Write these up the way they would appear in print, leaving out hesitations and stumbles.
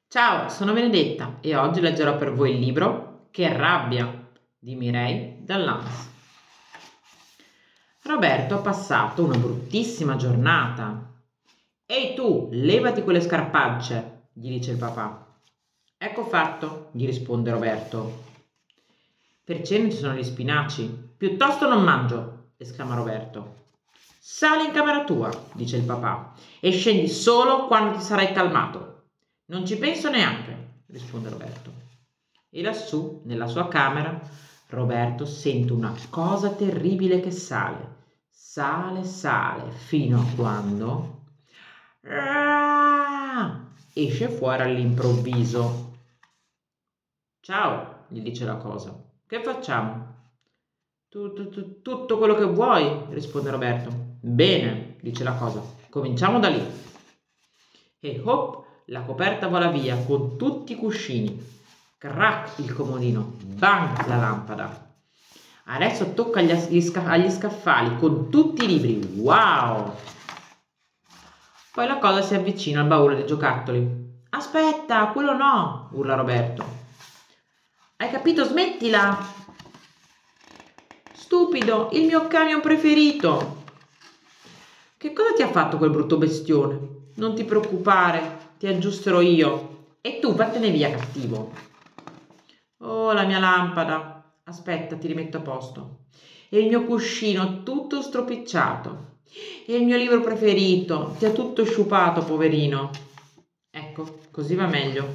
Ciao, sono Benedetta e oggi leggerò per voi il libro Che rabbia di Mireille Dall'Anse. Roberto ha passato una bruttissima giornata. Ehi tu, levati quelle scarpacce, gli dice il papà. Ecco fatto, gli risponde Roberto. Per cena ci sono gli spinaci. Piuttosto non mangio, esclama Roberto. Sali in camera tua, dice il papà, e scendi solo quando ti sarai calmato. Non ci penso neanche, risponde Roberto. E lassù, nella sua camera, Roberto sente una cosa terribile che sale. Sale, fino a quando esce fuori all'improvviso. Ciao, gli dice la cosa. Che facciamo? Tutto quello che vuoi, risponde Roberto. Bene, dice la cosa. Cominciamo da lì. E hop, la coperta vola via con tutti i cuscini. Crack il comodino, bang la lampada. Adesso tocca agli scaffali con tutti i libri. Wow! Poi la cosa si avvicina al baule dei giocattoli. Aspetta, quello no, urla Roberto. Hai capito? Smettila! Stupido, il mio camion preferito! Che cosa ti ha fatto quel brutto bestione? Non ti preoccupare, ti aggiusterò io. E tu vattene via, cattivo. Oh, la mia lampada. Aspetta, ti rimetto a posto. E il mio cuscino tutto stropicciato. E il mio libro preferito. Ti ha tutto sciupato, poverino. Ecco, così va meglio.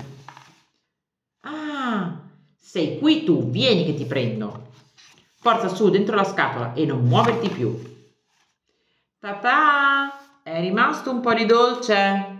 Ah, sei qui tu, vieni che ti prendo. Forza su, dentro la scatola e non muoverti più. Papà, è rimasto un po' di dolce?